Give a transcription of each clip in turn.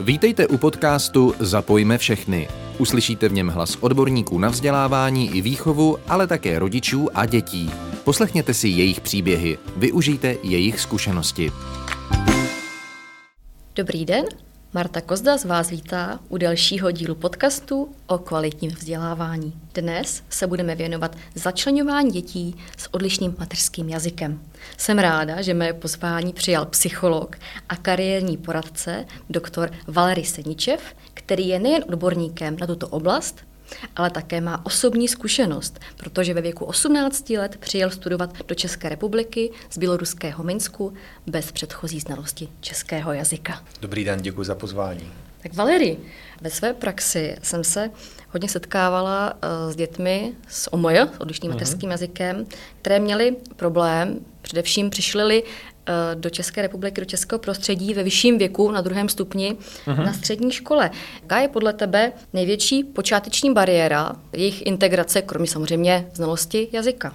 Vítejte u podcastu Zapojme všechny. Uslyšíte v něm hlas odborníků na vzdělávání i výchovu, ale také rodičů a dětí. Poslechněte si jejich příběhy, využijte jejich zkušenosti. Dobrý den, Marta Kozda z vás vítá u dalšího dílu podcastu o kvalitním vzdělávání. Dnes se budeme věnovat začleňování dětí s odlišným mateřským jazykem. Jsem ráda, že mé pozvání přijal psycholog a kariérní poradce doktor Valery Seničev, který je nejen odborníkem na tuto oblast, ale také má osobní zkušenost, protože ve věku 18 let přijel studovat do České republiky z běloruského Minsku bez předchozí znalosti českého jazyka. Dobrý den, děkuji za pozvání. Tak Valery, ve své praxi jsem se hodně setkávala s dětmi s OMJ, s odlišným mateřským jazykem, které měly problém, především přišly do České republiky, do českého prostředí ve vyšším věku na 2. stupni na střední škole. Jaká je podle tebe největší počáteční bariéra jejich integrace, kromě samozřejmě znalosti jazyka?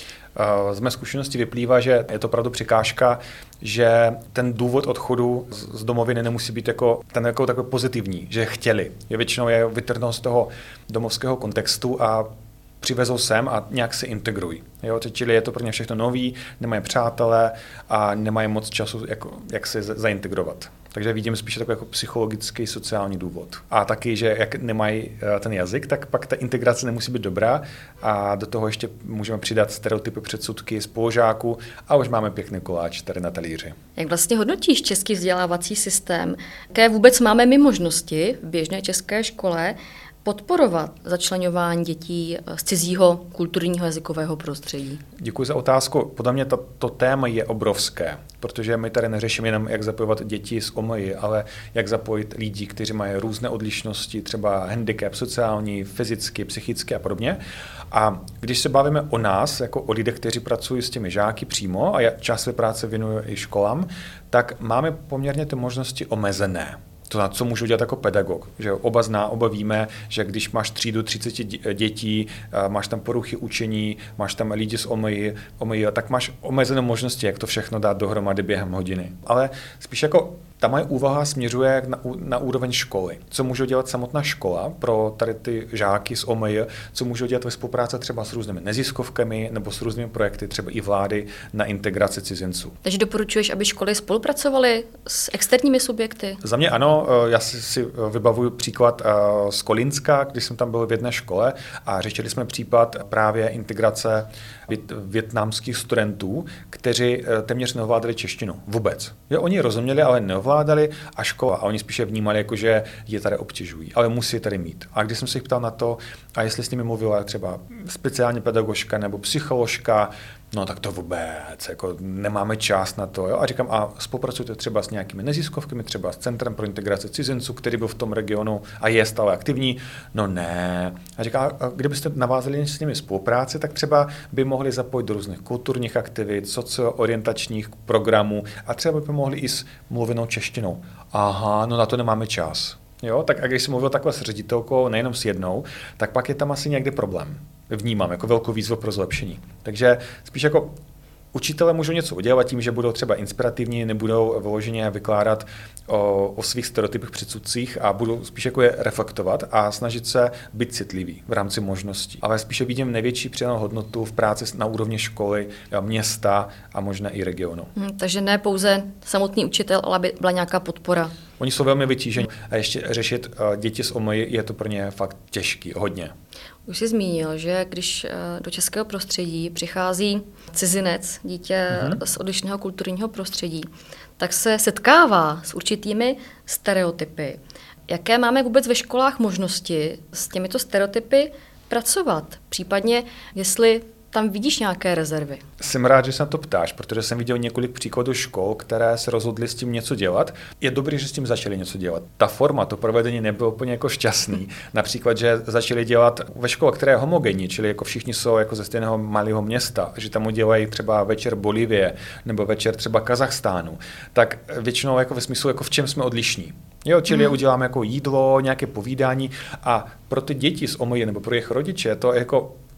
Z mé zkušenosti vyplývá, že je to opravdu překážka, že ten důvod odchodu z domoviny nemusí být jako takový pozitivní, že chtěli. Je většinou vytrhnout z toho domovského kontextu a přivezou sem a nějak se integrují. Jo? Čili je to pro ně všechno nový, nemají přátelé a nemají moc času, jak se zaintegrovat. Takže vidím spíše takový jako psychologický, sociální důvod. A taky, že jak nemají ten jazyk, tak pak ta integrace nemusí být dobrá a do toho ještě můžeme přidat stereotypy, předsudky spolužáků a už máme pěkný koláč tady na talíři. Jak vlastně hodnotíš český vzdělávací systém? Jaké vůbec máme my možnosti v běžné české škole podporovat začleňování dětí z cizího kulturního jazykového prostředí? Děkuji za otázku. Podle mě to téma je obrovské, protože my tady neřešíme jenom, jak zapojovat děti z OMJ, ale jak zapojit lidi, kteří mají různé odlišnosti, třeba handicap sociální, fyzicky, psychicky a podobně. A když se bavíme o nás, jako o lidech, kteří pracují s těmi žáky přímo a já část své práce věnuju i školám, tak máme poměrně ty možnosti omezené. To, co můžu dělat jako pedagog. Že oba víme, že když máš třídu 30 dětí, máš tam poruchy učení, máš tam lidi z OMJ, tak máš omezené možnosti, jak to všechno dát dohromady během hodiny. Ale spíš jako ta moje úvaha směřuje na úroveň školy. Co může dělat samotná škola pro tady ty žáky z OMJ, co může dělat ve spolupráci třeba s různými neziskovkami nebo s různými projekty, třeba i vlády na integraci cizinců. Takže doporučuješ, aby školy spolupracovaly s externími subjekty? Za mě ano, já si vybavuju příklad z Kolínska, když jsem tam byl v jedné škole a řešili jsme případ právě integrace vietnamských studentů, kteří téměř neovládali češtinu. Vůbec. Jo, oni rozuměli, ale neovládali a škola. A oni spíše vnímali, jako, že je tady obtěžují, ale musí je tady mít. A když jsem se jich ptal na to, a jestli s nimi mluvila třeba speciální pedagožka nebo psycholožka, no tak to vůbec, jako nemáme čas na to. Jo? A říkám, a spolupracujete třeba s nějakými neziskovkami, třeba s Centrem pro integraci cizinců, který byl v tom regionu a je stále aktivní? No ne. A říkám, a kdybyste navázali s nimi spolupráci, tak třeba by mohli zapojit do různých kulturních aktivit, socioorientačních programů a třeba by mohli i s mluvenou češtinou. Aha, no na to nemáme čas. Jo? Tak a když jsem mluvil takhle s ředitelkou, nejenom s jednou, tak pak je tam asi někdy problém. Vnímám jako velkou výzvu pro zlepšení. Takže spíš jako učitelé můžou něco udělat tím, že budou třeba inspirativní, nebudou vyloženě vykládat o svých stereotypech, předsudcích a budou spíš jako je reflektovat a snažit se být citliví v rámci možností. Ale spíše vidím největší přidanou hodnotu v práci na úrovni školy, města a možná i regionu. Takže ne pouze samotný učitel, ale aby byla nějaká podpora. Oni jsou velmi vytížení a ještě řešit děti z OMJ je to pro ně fakt těžký, hodně. Už jsi zmínil, že když do českého prostředí přichází cizinec, dítě z odlišného kulturního prostředí, tak se setkává s určitými stereotypy. Jaké máme vůbec ve školách možnosti s těmito stereotypy pracovat? Případně, jestli tam vidíš nějaké rezervy? Jsem rád, že se na to ptáš, protože jsem viděl několik příkladů škol, které se rozhodly s tím něco dělat. Je dobré, že s tím začali něco dělat. Ta forma, to provedení nebylo úplně jako šťastný. Například, že začali dělat ve škole, které je homogenní, čili jako všichni jsou jako ze stejného malého města, že tam udělají třeba večer Bolívie nebo večer třeba Kazachstánu. Tak většinou jako ve smyslu, jako v čem jsme odlišní. Jo, čili uděláme jako jídlo, nějaké povídání a pro ty děti z OMJ nebo pro jejich rodiče to je jako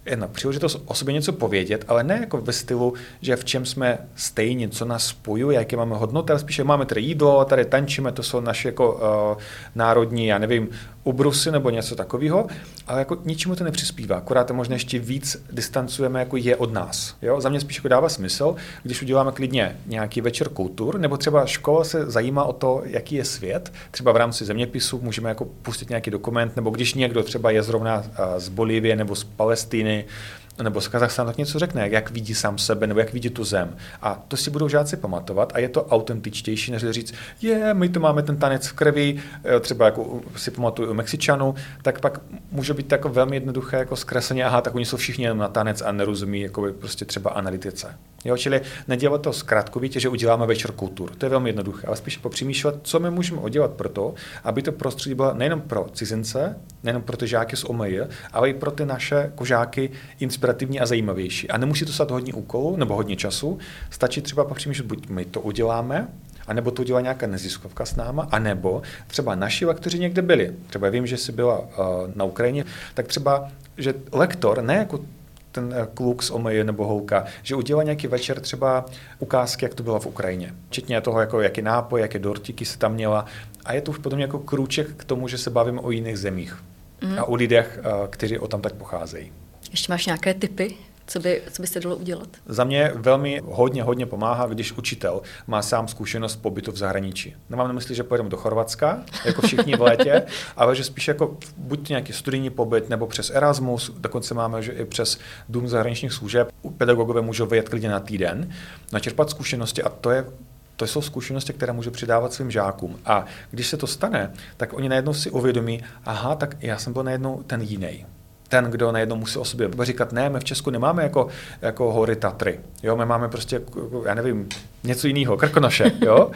jedna příležitost o sobě něco povědět, ale ne jako ve stylu, že v čem jsme stejní, co nás spojuje, jaké máme hodnoty, ale spíše máme tady jídlo, tady tančíme, to jsou naše jako národní, já nevím, ubrusy nebo něco takového, ale jako ničemu to nepřispívá, akorát to možná ještě víc distancujeme, jako je od nás. Jo? Za mě spíš jako dává smysl, když uděláme klidně nějaký večer kultur, nebo třeba škola se zajímá o to, jaký je svět, třeba v rámci zeměpisu můžeme jako pustit nějaký dokument, nebo když někdo třeba je zrovna z Bolívie nebo z Palestiny, nebo z Kazachstánu, tak něco řekne, jak vidí sám sebe, nebo jak vidí tu zem. A to si budou žáci pamatovat a je to autentičtější, než říct, my tu máme ten tanec v krvi, třeba jako si pamatuju u Mexičanů, tak pak může být jako velmi jednoduché jako zkresleně, tak oni jsou všichni jenom na tanec a nerozumí jako prostě třeba analytice. Jo, čili nedělat to zkrátkovitě, že uděláme večer kultur. To je velmi jednoduché, ale spíš popřemýšlet, co my můžeme udělat pro to, aby to prostředí bylo nejen pro cizince, nejen pro ty žáky z OMJ, ale i pro ty naše žáky inspirativní a zajímavější. A nemusí to stát hodně úkolů nebo hodně času, stačí třeba popřemýšlet, buď my to uděláme, anebo to udělá nějaká neziskovka s náma, anebo třeba naši lektoři někde byli. Třeba vím, že jsi byla na Ukrajině, tak třeba, že lektor, ne jako ten kluk z OMJ nebo holka, že udělá nějaký večer třeba ukázky, jak to bylo v Ukrajině. Včetně toho, jako jaký nápoj, jaké dortíky se tam měla. A je to už potom jako krůček k tomu, že se bavíme o jiných zemích a o lidech, kteří o tam tak pocházejí. Ještě máš nějaké tipy? Co by se dalo udělat? Za mě velmi hodně pomáhá, když učitel má sám zkušenost pobytu v zahraničí. Nemám na mysli, že pojedeme do Chorvatska, jako všichni v létě, ale že spíš jako buď nějaký studijní pobyt, nebo přes Erasmus, dokonce máme, že i přes Dům zahraničních služeb pedagogové můžou vyjet klidně na týden, načerpat zkušenosti a to jsou zkušenosti, které můžu přidávat svým žákům. A když se to stane, tak oni najednou si uvědomí, tak já jsem byl najednou ten jiný. Ten, kdo najednou musí o sobě říkat, ne, my v Česku nemáme jako hory Tatry, jo, my máme prostě, já nevím, něco jiného, Krkonoše, jo.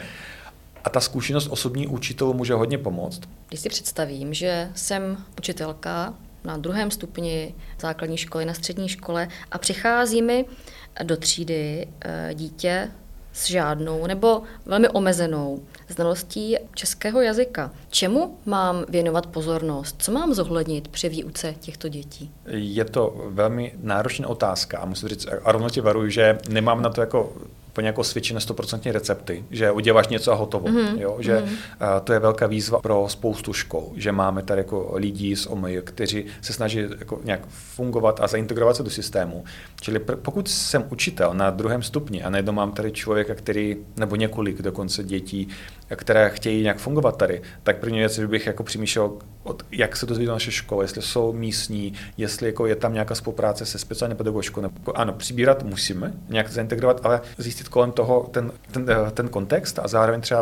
A ta zkušenost osobní učitelů může hodně pomoct. Když si představím, že jsem učitelka na 2. stupni základní školy, na střední škole a přichází mi do třídy dítě s žádnou nebo velmi omezenou znalostí českého jazyka. Čemu mám věnovat pozornost? Co mám zohlednit při výuce těchto dětí? Je to velmi náročná otázka a musím říct, a rovno ti varuju, že nemám na to jako úplně jako osvědčené 100% recepty, že uděláš něco a hotovo. Jo? Že to je velká výzva pro spoustu škol, že máme tady jako lidi z OMJ, kteří se snaží jako nějak fungovat a zaintegrovat se do systému. Čili pokud jsem učitel na 2. stupni a najednou mám tady člověka, nebo několik dokonce dětí, které chtějí nějak fungovat tady, tak první věc, že bych jako přemýšlel, jak se to dozví do naše školy, jestli jsou místní, jestli jako je tam nějaká spolupráce se speciální pedagogickou. Ano, přibírat musíme, nějak zaintegrovat, ale zjistit kolem toho ten kontext a zároveň třeba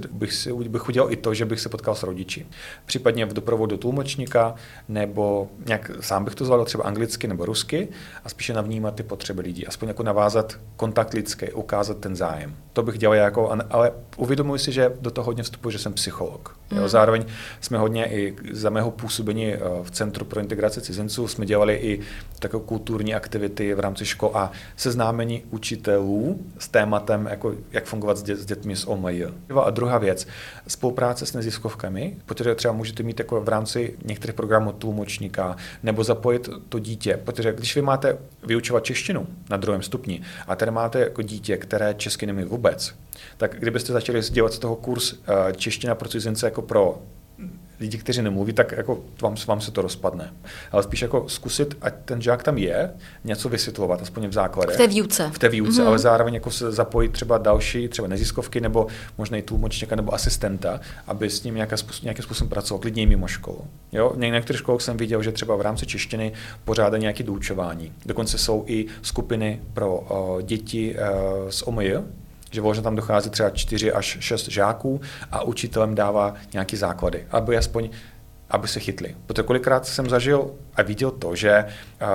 bych udělal i to, že bych se potkal s rodiči. Případně v doprovodu tlumočníka, nebo nějak sám bych to zvládal třeba anglicky nebo rusky a spíše navnímat ty potřeby lidí, aspoň jako navázat kontakt lidský, ukázat ten zájem. To bych dělal jako, ale uvědomuji si, že do toho hodně vstupuji, že jsem psycholog. Jo, zároveň jsme hodně i za mého působení v Centru pro integraci cizinců jsme dělali i takové kulturní aktivity v rámci škol a seznámení učitelů s tématem, jako jak fungovat s dětmi z OMJ. A druhá věc, spolupráce s neziskovkami, protože třeba můžete mít jako v rámci některých programů tlumočníka nebo zapojit to dítě, protože když vy máte vyučovat češtinu na 2. stupni a tady máte jako dítě, které česky nemí vůbec, tak kdybyste začali dělat z toho kurz čeština pro cizince jako pro lidi, kteří nemluví, tak jako vám se to rozpadne. Ale spíš jako zkusit, ať ten žák tam je, něco vysvětlovat, aspoň v základě. V té výuce, ale zároveň jako se zapojit třeba další, třeba neziskovky, nebo možná i tlumočníka nebo asistenta, aby s ním nějakým způsobem pracoval, klidně mimo školu. Jo? Na některých školách jsem viděl, že třeba v rámci češtiny pořádají nějaké doučování. Dokonce jsou i skupiny pro děti z OMJ, že vlastně tam dochází třeba 4 až 6 žáků a učitelem dává nějaké základy, aby se chytli. Protože kolikrát jsem zažil a viděl to, že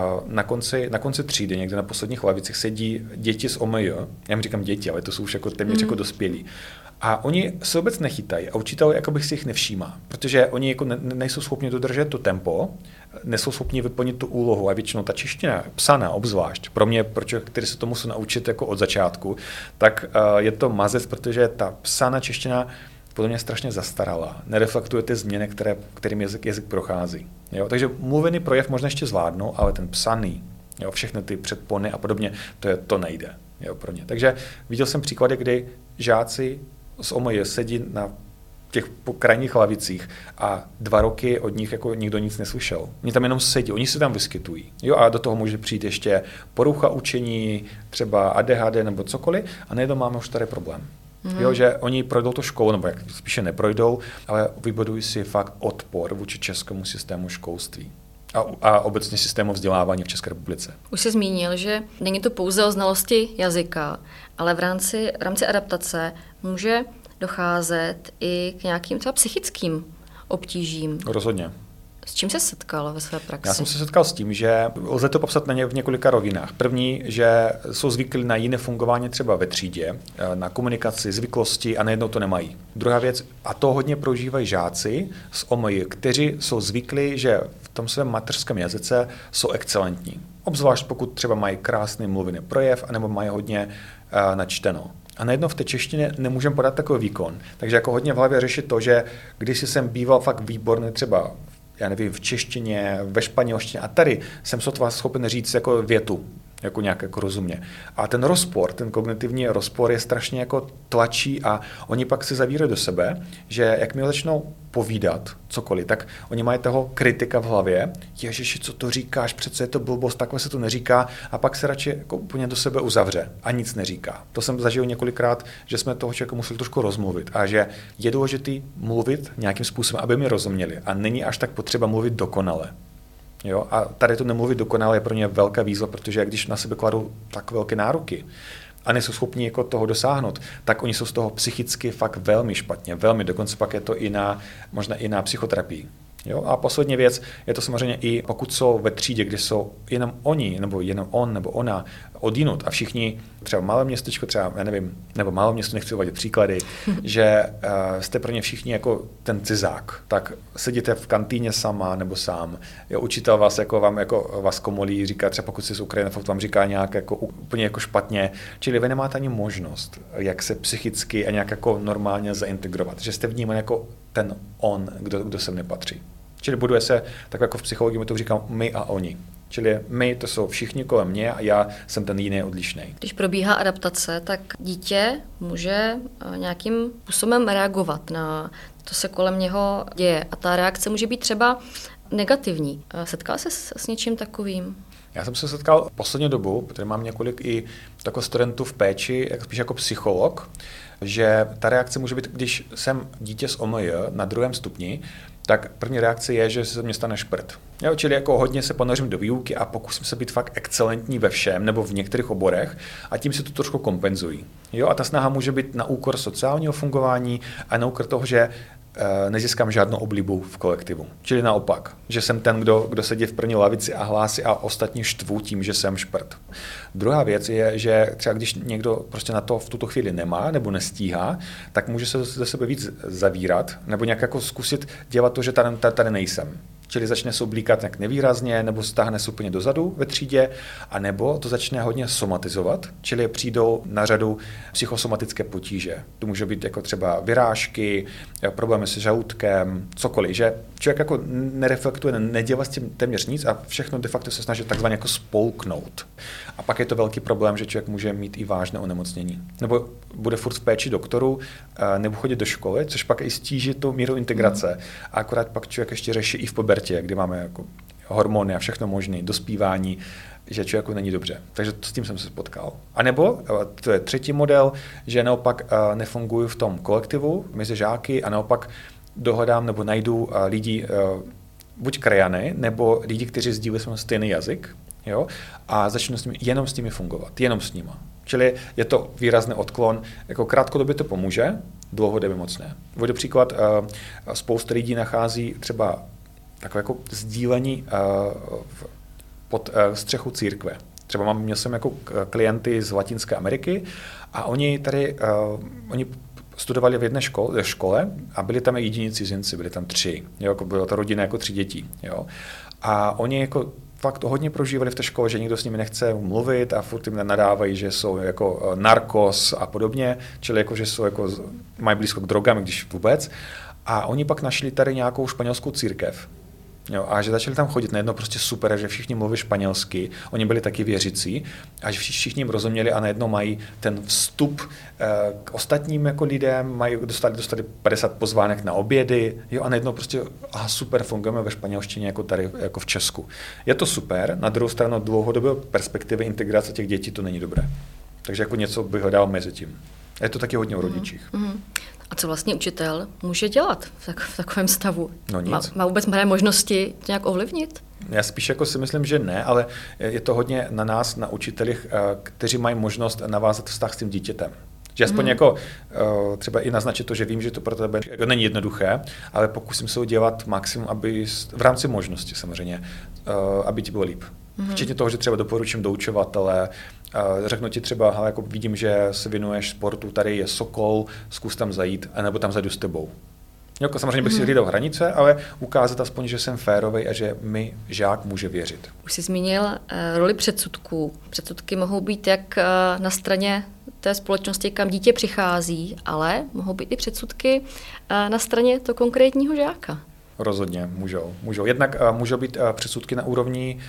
na konci třídy, někde na posledních lavicích sedí děti z OMJ, já jim říkám děti, ale to jsou už jako téměř jako dospělí. A oni se vůbec nechytají a učitel jakoby si jich nevšímá, protože oni jako nejsou schopni dodržet to tempo, nejsou schopni vyplnit tu úlohu a většinou ta čeština, psaná obzvlášť, pro mě, který se to musí naučit jako od začátku, tak je to mazec, protože ta psaná čeština podle mě strašně zastarala, nereflektuje ty změny, kterým jazyk prochází. Jo? Takže mluvený projev možná ještě zvládnou, ale ten psaný, Jo, všechny ty předpony a podobně, to nejde, jo, pro ně. Takže viděl jsem příklady, kdy žáci z OMJ sedí na těch krajních lavicích a 2 roky od nich jako nikdo nic neslyšel. Oni tam jenom sedí, oni se tam vyskytují. Jo, a do toho může přijít ještě porucha učení, třeba ADHD nebo cokoliv a najednou máme už tady problém. Jo, že oni projdou to školu, nebo jak spíše neprojdou, ale vybudují si fakt odpor vůči českému systému školství. A obecně systému vzdělávání v České republice. Už jsi zmínil, že není to pouze o znalosti jazyka, ale v rámci adaptace může docházet i k nějakým třeba psychickým obtížím. Rozhodně. S čím se setkal ve své praxi? Já jsem se setkal s tím, že lze to popsat v několika rovinách. První, že jsou zvyklí na jiné fungování třeba ve třídě, na komunikaci, zvyklosti a najednou to nemají. Druhá věc, a to hodně prožívají žáci z OMJ, kteří jsou zvyklí, že v tom svém mateřském jazyce jsou excelentní. Obzvlášť pokud třeba mají krásný mluvený projev, anebo mají hodně načteno. A najednou v té češtině nemůžeme podat takový výkon. Takže jako hodně v hlavě řešit to, že když jsem býval fakt výborný třeba já nevím, v češtině, ve španělštině a tady jsem sotva schopen říct jako větu, jako nějak jako rozumně. A ten rozpor, ten kognitivní rozpor je strašně jako tlačí a oni pak se zavírají do sebe, že jakmile začnou povídat cokoliv, tak oni mají toho kritika v hlavě. Ježiši, co to říkáš, přece je to blbost, takhle se to neříká a pak se radši jako úplně do sebe uzavře a nic neříká. To jsem zažil několikrát, že jsme toho člověka museli trošku rozmluvit a že je důležité mluvit nějakým způsobem, aby mi rozuměli a není až tak potřeba mluvit dokonale. Jo? A tady to nemluvit dokonale je pro ně velká výzva, protože když na sebe kladou tak velké nároky a nejsou schopni jako toho dosáhnout, tak oni jsou z toho psychicky fakt velmi špatně, velmi, dokonce pak je to možná i na psychoterapii. Jo? A poslední věc je to samozřejmě i pokud jsou ve třídě, kde jsou jenom oni, nebo jenom on, nebo ona odinut a všichni třeba malé městečko, třeba, já nevím, nebo malé město, nechci uvádět příklady, že jste pro ně všichni jako ten cizák, tak sedíte v kantýně sama nebo sám, jo, učitel vás jako vás komolí, říká třeba pokud jste z Ukrajiny, fakt vám říká nějak jako úplně jako špatně, čili vy nemáte ani možnost, jak se psychicky a nějak jako normálně zaintegrovat, že jste vnímán jako ten on, kdo sem nepatří. Čili buduje se, tak jako v psychologii my to říkám my a oni. Čili my, to jsou všichni kolem mě a já jsem ten jiný odlišný. Když probíhá adaptace, tak dítě může nějakým způsobem reagovat na to, se kolem něho děje. A ta reakce může být třeba negativní. Setkal jsi s něčím takovým? Já jsem se setkal poslední dobu, protože mám několik i takových studentů v péči, spíš jako psycholog, že ta reakce může být, když jsem dítě z OMJ na 2. stupni, tak první reakce je, že se mě stane šprt. Jo, čili jako hodně se ponořím do výuky a pokusím se být fakt excelentní ve všem nebo v některých oborech a tím se to trošku kompenzují. Jo, a ta snaha může být na úkor sociálního fungování a na úkor toho, že nezískám žádnou oblibu v kolektivu. Čili naopak, že jsem ten, kdo sedí v první lavici a hlásí a ostatní štvu tím, že jsem šprt. Druhá věc je, že třeba když někdo prostě na to v tuto chvíli nemá nebo nestíhá, tak může se ze sebe víc zavírat nebo nějak jako zkusit dělat to, že tady nejsem. Čili začne se oblíkat nějak nevýrazně, nebo stáhne se úplně dozadu ve třídě, anebo to začne hodně somatizovat, čili přijdou na řadu psychosomatické potíže. To může být jako třeba vyrážky, problémy se žaludkem, cokoliv, že člověk jako nereflektuje, nedělá s tím téměř nic a všechno de facto se snaží takzvaně jako spolknout. A pak je to velký problém, že člověk může mít i vážné onemocnění. Nebo bude furt v péči doktoru, nebo chodit do školy, což pak i stíží tu míru integrace. A akorát pak člověk ještě řeší i v pubertě, kdy máme jako hormony a všechno možné, dospívání, že člověku není dobře. Takže s tím jsem se potkal. A nebo, to je třetí model, že naopak nefunguji v tom kolektivu mezi žáky a naopak dohledám nebo najdu lidi, buď krajany, nebo lidi, kteří sdílí stejný jazyk, jo, a začnu jenom s nimi fungovat, jenom s nima. Čili je to výrazný odklon, jako krátkodobě to pomůže, dlouhodobě moc ne. Uvedu příklad, spousta lidí nachází třeba takové jako sdílení pod střechou církve. Třeba měl jsem jako klienty z Latinské Ameriky a oni studovali v jedné škole a byli tam jediní cizinci, byli tam 3. Jo, jako byla to rodina jako 3 dětí. Jo. A oni jako fakt hodně prožívali v té škole, že nikdo s nimi nechce mluvit a furt jim nadávají, že jsou jako narkos a podobně, čili jako, že jsou jako, mají blízko k drogám, když vůbec. A oni pak našli tady nějakou španělskou církev. Jo, a že začali tam chodit najednou prostě super, že všichni mluví španělsky, oni byli taky věřící, a že všichni jim rozuměli a najednou mají ten vstup k ostatním jako lidem, dostali 50 pozvánek na obědy, jo, a najednou prostě super, fungujeme ve španělštině jako tady jako v Česku. Je to super, na druhou stranu dlouhodobé perspektivy integrace těch dětí to není dobré. Takže jako něco bych hledal mezi tím. Je to taky hodně o rodičích. A co vlastně učitel může dělat v takovém stavu? No nic. Má vůbec mnohé možnosti to nějak ovlivnit? Já spíš jako si myslím, že ne, ale je to hodně na nás, na učitelích, kteří mají možnost navázat vztah s tím dítětem. Že aspoň jako třeba i naznačit to, že vím, že to pro tebe není jednoduché, ale pokusím se udělat maximum, aby v rámci možnosti samozřejmě, aby ti bylo líp. Včetně toho, že třeba doporučím doučovatele, řeknu ti třeba, jako vidím, že se věnuješ sportu, tady je Sokol, zkus tam zajít, anebo tam zajdu s tebou. Jako samozřejmě bych si hlídal hranice, ale ukázat aspoň, že jsem férovej a že mi žák může věřit. Už jsi zmínil roli předsudků. Předsudky mohou být jak na straně té společnosti, kam dítě přichází, ale mohou být i předsudky na straně toho konkrétního žáka. Rozhodně můžou. Jednak můžou být předsudky na úrovni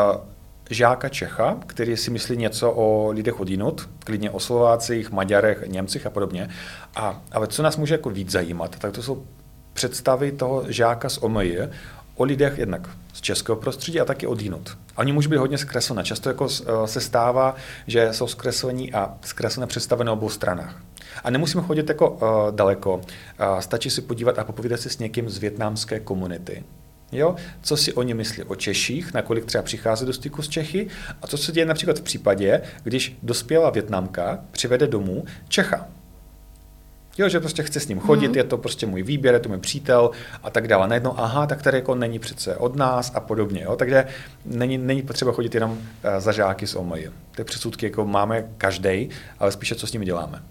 žáka Čecha, který si myslí něco o lidech odjinud, klidně o Slovácích, Maďarech, Němcích a podobně. Ale co nás může jako víc zajímat, tak to jsou představy toho žáka z OMJ o lidech jednak z českého prostředí a taky odjinud. A oni můžou být hodně zkreslené. Často jako se stává, že jsou zkreslení a zkreslené představy na obou stranách. A nemusíme chodit jako daleko. Stačí si podívat a popovídat si s někým z vietnamské komunity. Jo? Co si oni myslí o Češích, nakolik třeba přichází do styku s Čechy a co se děje například v případě, když dospělá Vietnamka přivede domů Čecha. Jo, že prostě chce s ním chodit, je to prostě můj výběr, je to můj přítel a tak dále. Najednou, tak tady jako není přece od nás a podobně. Jo? Takže není potřeba chodit jenom za žáky z OMJ. Ty předsudky jako máme každej, ale spíše co s nimi děláme.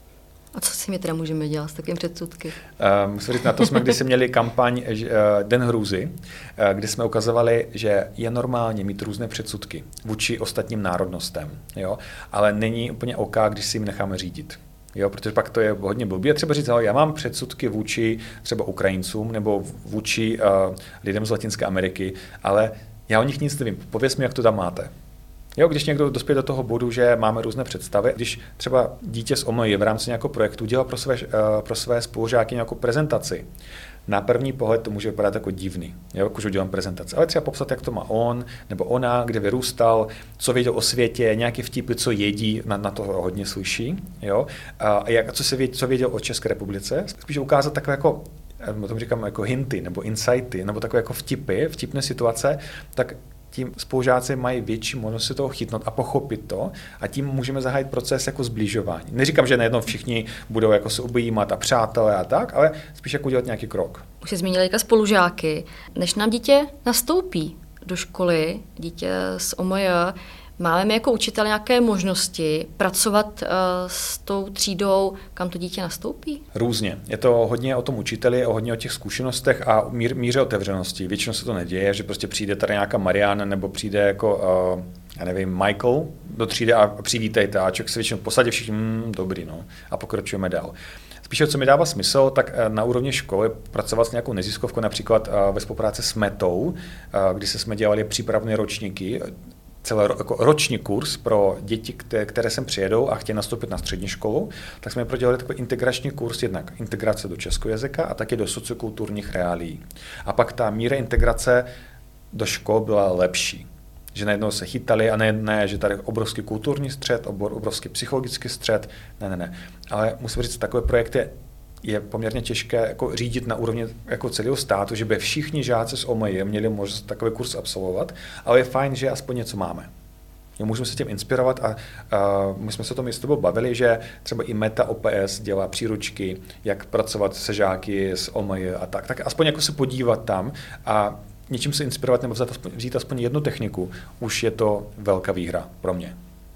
A co si my teda můžeme dělat s takovým předsudky? Musím říct, na to jsme kdysi měli kampaň Den hrůzy, kde jsme ukazovali, že je normálně mít různé předsudky vůči ostatním národnostem, jo? Ale není úplně OK, když si jim necháme řídit. Jo, protože pak to je hodně blbý. Třeba říct, já mám předsudky vůči třeba Ukrajincům nebo vůči lidem z Latinské Ameriky, ale já o nich nic nevím. Pověz mi, jak to tam máte. Jo, když někdo dospěje do toho bodu, že máme různé představy, když třeba dítě z OMJ v rámci nějakého projektu dělá pro své spolužáky nějakou prezentaci, na první pohled to může vypadat jako divný, jo, když udělám prezentaci, ale třeba popsat, jak to má on nebo ona, kde vyrůstal, co věděl o světě, nějaké vtipy, co jedí, na to hodně slyší, jo, a co věděl o České republice, spíš ukázat takové jako, o tom říkám jako hinty nebo insighty, nebo takové jako vtipné situace, tak tím spolužáci mají větší možnost si toho chytnout a pochopit to a tím můžeme zahájit proces jako zbližování. Neříkám, že najednou všichni budou jako se objímat a přátelé a tak, ale spíš jako udělat nějaký krok. Už jsi zmínil spolužáky. Než nám dítě nastoupí do školy, dítě z OMJ, máme my jako učitel nějaké možnosti pracovat s tou třídou, kam to dítě nastoupí? Různě. Je to hodně o tom učiteli, hodně o těch zkušenostech a míře otevřenosti. Většinou se to neděje, že prostě přijde tady nějaká Mariana nebo přijde jako, já nevím, Michael do třídy a přivítejte a člověk se většinou posadí všichni, dobrý, no, a pokračujeme dál. Spíše, co mi dává smysl, tak na úrovni školy pracovat s nějakou neziskovkou, například ve spolupráci s Metou, kdy jsme dělali přípravné ročníky, jako roční kurz pro děti, které sem přijedou a chtějí nastoupit na střední školu, tak jsme prodělali takový integrační kurz, jednak integrace do českého jazyka a taky do sociokulturních reálií. A pak ta míra integrace do škol byla lepší. Že najednou se chytali a ne, že tady obrovský kulturní střed, obrovský psychologický střed, ne. Ale musím říct, takové projekty je poměrně těžké jako řídit na úrovni jako celého státu, že by všichni žáci z OMJ měli možnost takový kurz absolvovat, ale je fajn, že aspoň něco máme. Můžeme se tím inspirovat a my jsme se o tom i s tebou bavili, že třeba i Meta OPS dělá příručky, jak pracovat se žáky z OMJ a tak. Tak aspoň jako se podívat tam a něčím se inspirovat nebo vzít aspoň jednu techniku, už je to velká výhra pro mě.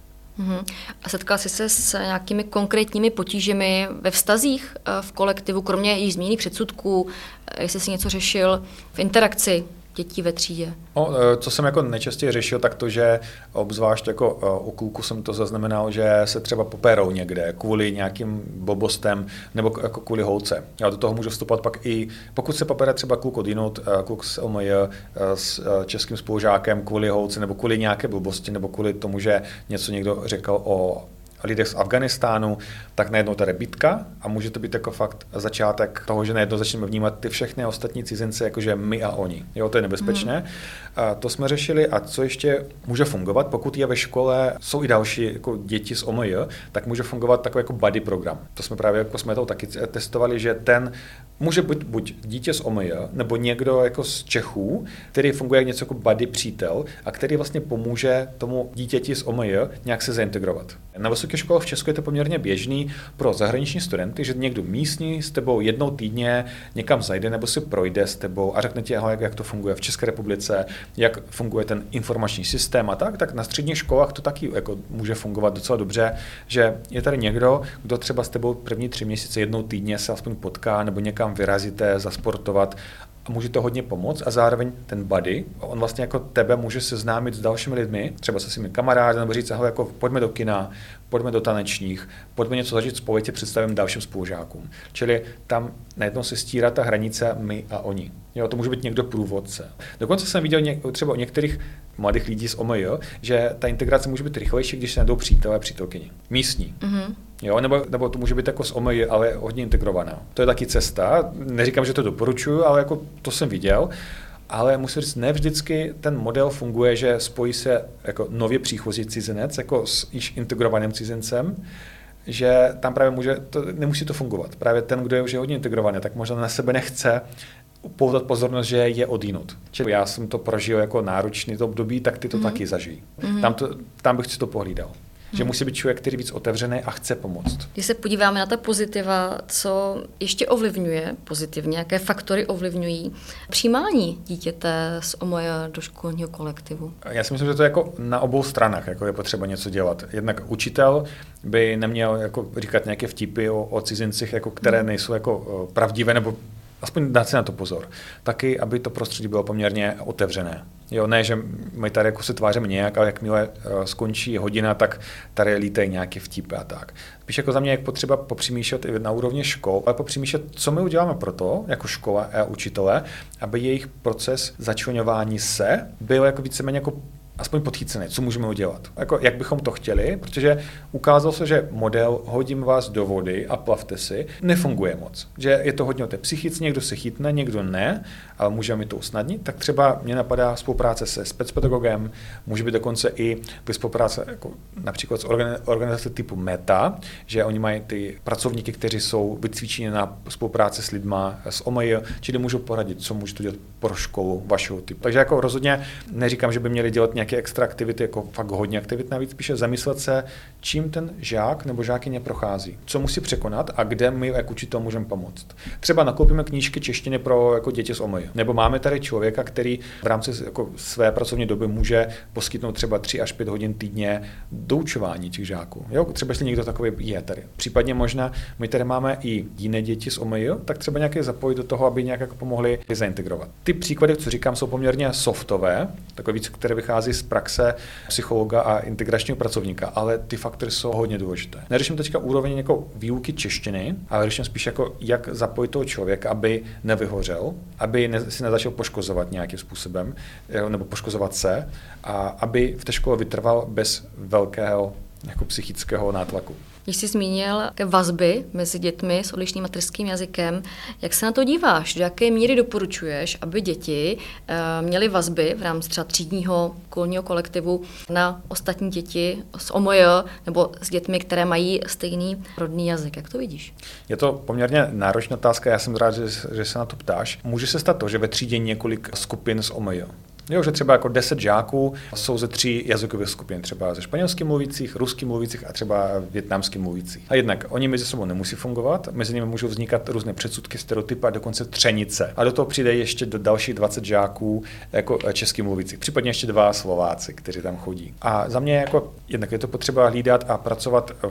A setkal jsi se s nějakými konkrétními potížemi ve vztazích v kolektivu, kromě již zmíněných předsudků, jestli jsi něco řešil v interakci dětí ve třídě? Co jsem jako nejčastěji řešil, tak to, že obzvlášť jako u kluku jsem to zaznamenal, že se třeba poperou někde kvůli nějakým blbostem nebo jako kvůli holce. Já do toho můžu vstupovat pak i, pokud se popere třeba kluk odjinud, kluk z OMJ s českým spolužákem kvůli holce nebo kvůli nějaké blbosti nebo kvůli tomu, že něco někdo řekl o lidé z Afghánistánu, tak najednou tady bitka a může to být jako fakt začátek toho, že najednou začneme vnímat ty všechny ostatní cizince, jakože my a oni. Jo, to je nebezpečné. A to jsme řešili a co ještě může fungovat, pokud je ve škole, jsou i další jako děti z OMJ, tak může fungovat takový jako buddy program. To jsme právě jako jsme to taky testovali, že ten může být buď dítě z OMJ, nebo někdo jako z Čechů, který funguje jako něco jako buddy přítel a který vlastně pomůže tomu dítěti z OMJ nějak se zaintegrovat. Na vysoké škole v Česku je to poměrně běžný pro zahraniční studenty, že někdo místní s tebou jednou týdně někam zajde nebo si projde s tebou a řekne ti, jak to funguje v České republice, jak funguje ten informační systém a tak na středních školách to taky jako může fungovat docela dobře, že je tady někdo, kdo třeba s tebou první 3 měsíce jednou týdně se aspoň potká nebo někam vyrazíte, zasportovat a může to hodně pomoct a zároveň ten buddy, on vlastně jako tebe může seznámit s dalšími lidmi, třeba se svými kamarády, nebo říct, jako pojďme do kina, pojďme do tanečních, pojďme něco zažít spolu, tě představím dalším spolužákům. Čili tam najednou se stírá ta hranice my a oni. Jo, to může být někdo průvodce. Dokonce jsem viděl třeba u některých mladých lidí z OMJ, že ta integrace může být rychlejší, když se najdou přítelé a přítelkyni. Místní. Mm-hmm. Jo, nebo to může být jako z OMJ, ale hodně integrovaná. To je taky cesta. Neříkám, že to doporučuju, ale jako to jsem viděl. Ale musím říct, ne vždycky ten model funguje, že spojí se jako nově příchozí cizinec jako s již integrovaným cizincem, že tam právě nemusí to fungovat. Právě ten, kdo je už hodně integrovaný, tak možná na sebe nechce upoutat pozornost, že je odjinud. Čili já jsem to prožil jako náročný to období, tak ty to taky zažijí. Tam bych si to pohlídal. Že musí být člověk, který je víc otevřený a chce pomoct. Když se podíváme na ta pozitiva, co ještě ovlivňuje pozitivně, jaké faktory ovlivňují přijímání dítěte z OMJ do školního kolektivu? Já si myslím, že to je jako na obou stranách, jako je potřeba něco dělat. Jednak učitel by neměl jako říkat nějaké vtipy o cizincích, jako které nejsou jako pravdivé, nebo aspoň dát si na to pozor. Taky, aby to prostředí bylo poměrně otevřené. Jo, ne, že my tady jako se tváříme nějak, ale jakmile skončí hodina, tak tady lítají nějaké vtipy a tak. Spíš jako za mě, jak potřeba popřemýšlet na úrovni škol, ale popřemýšlet, co my uděláme pro to, jako škola a učitelé, aby jejich proces začleňování se byl jako víceméně jako aspoň podchycený, co můžeme udělat. Jako, jak bychom to chtěli, protože ukázalo se, že model hodím vás do vody a plavte si, nefunguje moc. Že je to hodně o té psychice, někdo se chytne, někdo ne, ale můžeme mi to usnadnit. Tak třeba mě napadá spolupráce se specpedagogem, může být dokonce i spolupráce jako například s organizací typu Meta, že oni mají ty pracovníky, kteří jsou vycvičeni na spolupráci s lidma z OMJ, čili můžou poradit, co můžete dělat pro školu vašeho typu. Takže jako rozhodně neříkám, že by měli dělat nějaké extra aktivity, jako fakt hodně aktivit, navíc spíše zamyslet se, čím ten žák nebo žákyně prochází, co musí překonat a kde my jako učitel můžeme pomoct. Třeba nakoupíme knížky češtiny pro jako děti z OMJ. Nebo máme tady člověka, který v rámci jako své pracovní doby může poskytnout třeba 3 až 5 hodin týdně doučování těch žáků. Jo? Třeba jestli někdo takový je tady. Případně možná my tady máme i jiné děti z OMJ, tak třeba nějaké zapojit do toho, aby nějak jako pomohli zaintegrovat. Ty příklady, co říkám, jsou poměrně softové, takové víc, které vychází z praxe psychologa a integračního pracovníka, ale ty faktory jsou hodně důležité. Neřeším teďka úroveň jako výuky češtiny, ale řeším spíš jako jak zapojit toho člověka, aby nevyhořel, aby si nezačal poškozovat nějakým způsobem, nebo poškozovat se, a aby v té škole vytrval bez velkého jako psychického nátlaku. Když jsi zmínil vazby mezi dětmi s odlišným mateřským jazykem, jak se na to díváš? Do jaké míry doporučuješ, aby děti měly vazby v rámci třeba třídního školního kolektivu na ostatní děti z OMJ nebo s dětmi, které mají stejný rodný jazyk? Jak to vidíš? Je to poměrně náročná otázka, já jsem rád, že se na to ptáš. Může se stát to, že ve třídě několik skupin z OMJ. Jo, že třeba jako 10 žáků jsou ze 3 jazykových skupin, třeba ze španělsky mluvících, rusky mluvících a třeba vietnamsky mluvících. A jednak oni mezi sebou nemusí fungovat, mezi nimi můžou vznikat různé předsudky, stereotypy a dokonce třenice. A do toho přijde ještě do dalších 20 žáků jako česky mluvících, případně ještě 2 Slováci, kteří tam chodí. A za mě jako jednak je to potřeba hlídat a pracovat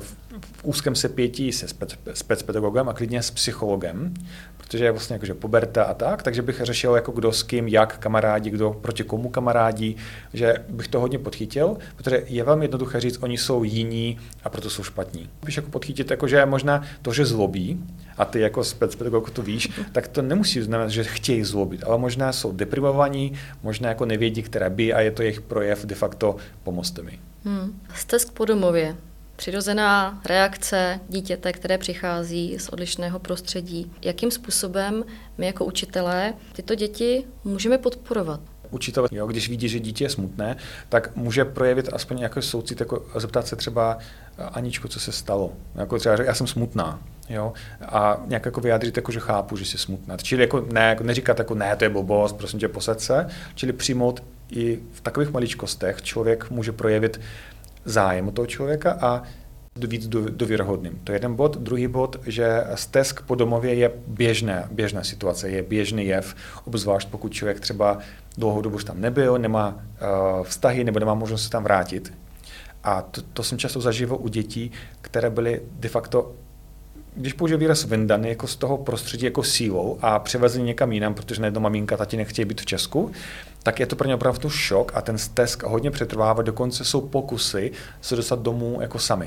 v úzkém sepětí se specpedagogem a klidně s psychologem, protože je vlastně jakože puberta a tak, takže bych řešil jako kdo s kým, jak kamarádi, kdo proti komu kamarádí, že bych to hodně podchytil, protože je velmi jednoduché říct, oni jsou jiní a proto jsou špatní. Když jako podchytit, jakože možná to, že zlobí, a ty jako specpedagog to víš, tak to nemusí znamenat, že chtějí zlobit, ale možná jsou deprivovaní, možná jako nevědí, které by a je to jejich projev, de facto pomozte mi. Stesk po domově. Přirozená reakce dítěte, které přichází z odlišného prostředí. Jakým způsobem my jako učitelé tyto děti můžeme podporovat? Učitel, když vidí, že dítě je smutné, tak může projevit aspoň nějaký soucit, jako zeptat se třeba Aničko, co se stalo. Jako třeba já jsem smutná. Jo? A nějak jako vyjádřit, jako, že chápu, že jsi smutná. Čili jako neříkat, jako, ne, to je blbost, prosím tě, posaď se. Čili přijmout i v takových maličkostech člověk může projevit zájem o toho člověka a víc důvěryhodným. To je jeden bod. Druhý bod, že stesk po domově je běžná situace, je běžný jev, obzvlášť pokud člověk třeba dlouhou dobu tam nebyl, nemá vztahy nebo nemá možnost se tam vrátit. A to jsem často zažíval u dětí, které byly de facto, když použiju výraz vyndaný jako z toho prostředí jako sílou a převezení někam jinam, protože najednou maminka, tati nechtějí být v Česku, tak je to pro ně opravdu šok a ten stesk hodně přetrvává, dokonce jsou pokusy se dostat domů jako sami.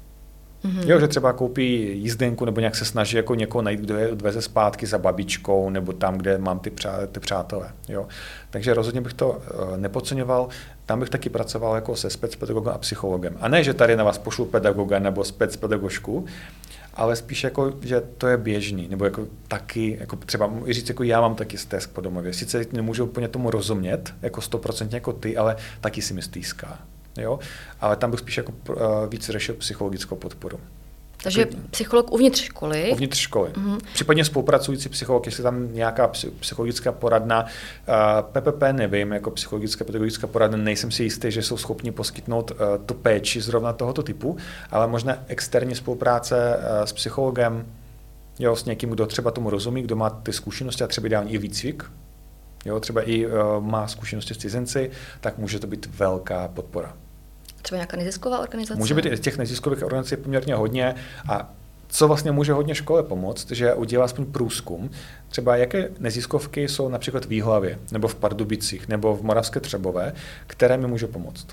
Jo, že třeba koupí jízdenku nebo nějak se snaží jako někoho najít, kdo je odveze zpátky za babičkou nebo tam, kde mám ty přátelé. Jo. Takže rozhodně bych to nepodceňoval, tam bych taky pracoval jako se specpedagogem a psychologem. A ne, že tady na vás pošlu pedagoga nebo specpedagožku, ale spíš jako, že to je běžný, nebo jako taky, jako třeba říct, jako já mám taky stesk po domově. Sice nemůžu úplně tomu rozumět, jako 100% jako ty, ale taky si mi stýská. Jo? Ale tam bych spíš jako víc řešil psychologickou podporu. Takže psycholog uvnitř školy? Uvnitř školy. Případně spolupracující psycholog, jestli tam nějaká psychologická poradna, PPP nevím, jako psychologická pedagogická poradna, nejsem si jistý, že jsou schopni poskytnout tu péči zrovna tohoto typu, ale možná externí spolupráce s psychologem, jo, s někým, kdo třeba tomu rozumí, kdo má ty zkušenosti a třeba ideálně i výcvik, jo, třeba i má zkušenosti s cizinci, tak může to být velká podpora. Třeba nějaká nezisková organizace? Může být těch neziskových organizací poměrně hodně a co vlastně může hodně škole pomoct, že udělá aspoň průzkum, třeba jaké neziskovky jsou například v Jihlavě, nebo v Pardubicích, nebo v Moravské Třebové, které mi můžou pomoct.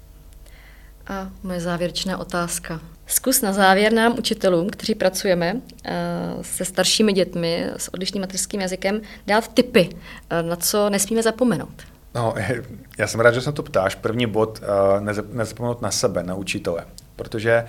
A moje závěrečná otázka. Zkus na závěr nám, učitelům, kteří pracujeme se staršími dětmi s odlišným mateřským jazykem, dát tipy, na co nesmíme zapomenout. No, já jsem rád, že se to ptáš. První bod, nezapomenout na sebe, na učitele, protože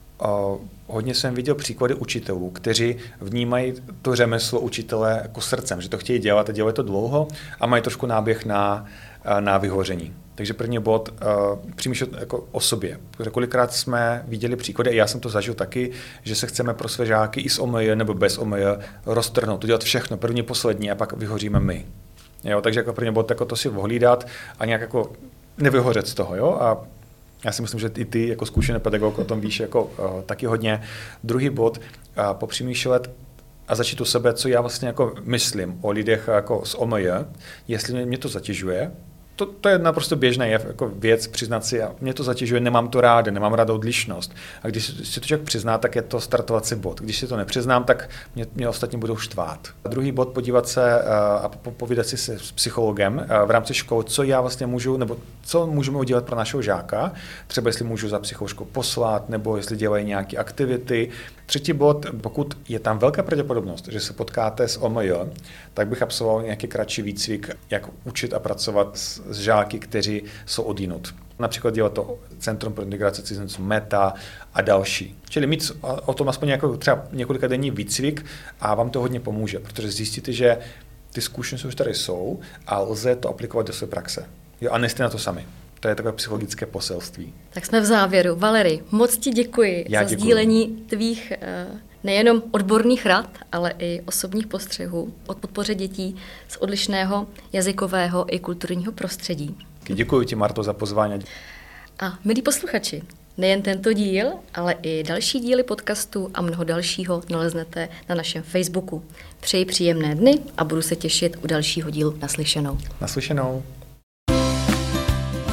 hodně jsem viděl příklady učitelů, kteří vnímají to řemeslo učitele jako srdcem, že to chtějí dělat a dělají to dlouho a mají trošku náběh na vyhoření. Takže první bod, přemýšlet jako o sobě. Protože kolikrát jsme viděli příklady, a já jsem to zažil taky, že se chceme pro své žáky i s OMJ nebo bez OMJ roztrhnout, udělat všechno, první, poslední a pak vyhoříme my. Jo, takže jako první bod jako to si ohlídat a nějak jako nevyhořet z toho. Jo? A já si myslím, že i ty jako zkušený pedagog o tom víš jako taky hodně. Druhý bod, popřemýšlet a začít u sebe, co já vlastně jako myslím o lidech jako z OMJ, jestli mě to zatěžuje. To je naprosto běžná jako věc, přiznat si, a mě to zatěžuje, nemám to rád, nemám rád odlišnost. A když si to člověk přizná, tak je to startovací bod. Když si to nepřiznám, tak mě ostatní budou štvát. A druhý bod, podívat se a povídat si se s psychologem v rámci školy, co já vlastně můžu, nebo co můžeme udělat pro našeho žáka, třeba jestli můžu za psycholožkou poslat, nebo jestli dělají nějaké aktivity. Třetí bod, pokud je tam velká pravděpodobnost, že se potkáte s OMJ, tak bych absolvoval nějaký kratší výcvik, jak učit a pracovat s žáky, kteří jsou odjinud. Například dělat to Centrum pro integraci cizinců META a další. Čili mít o tom aspoň třeba několika denní výcvik a vám to hodně pomůže, protože zjistíte, že ty zkušenosti už tady jsou a lze to aplikovat do své praxe. Jo, a nejste na to sami. To je takové psychologické poselství. Tak jsme v závěru. Valery, moc ti děkuji za sdílení tvých nejenom odborných rad, ale i osobních postřehů o podpoře dětí z odlišného jazykového i kulturního prostředí. Děkuji ti, Marto, za pozvání. A milí posluchači, nejen tento díl, ale i další díly podcastu a mnoho dalšího naleznete na našem Facebooku. Přeji příjemné dny a budu se těšit u dalšího dílu. Naslyšenou. Naslyšenou.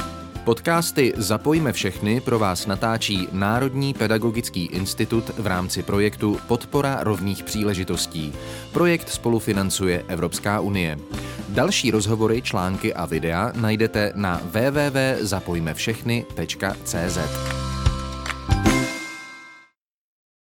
Podcasty Zapojme všechny pro vás natáčí Národní pedagogický institut v rámci projektu Podpora rovných příležitostí. Projekt spolufinancuje Evropská unie. Další rozhovory, články a videa najdete na www.zapojmevšechny.cz.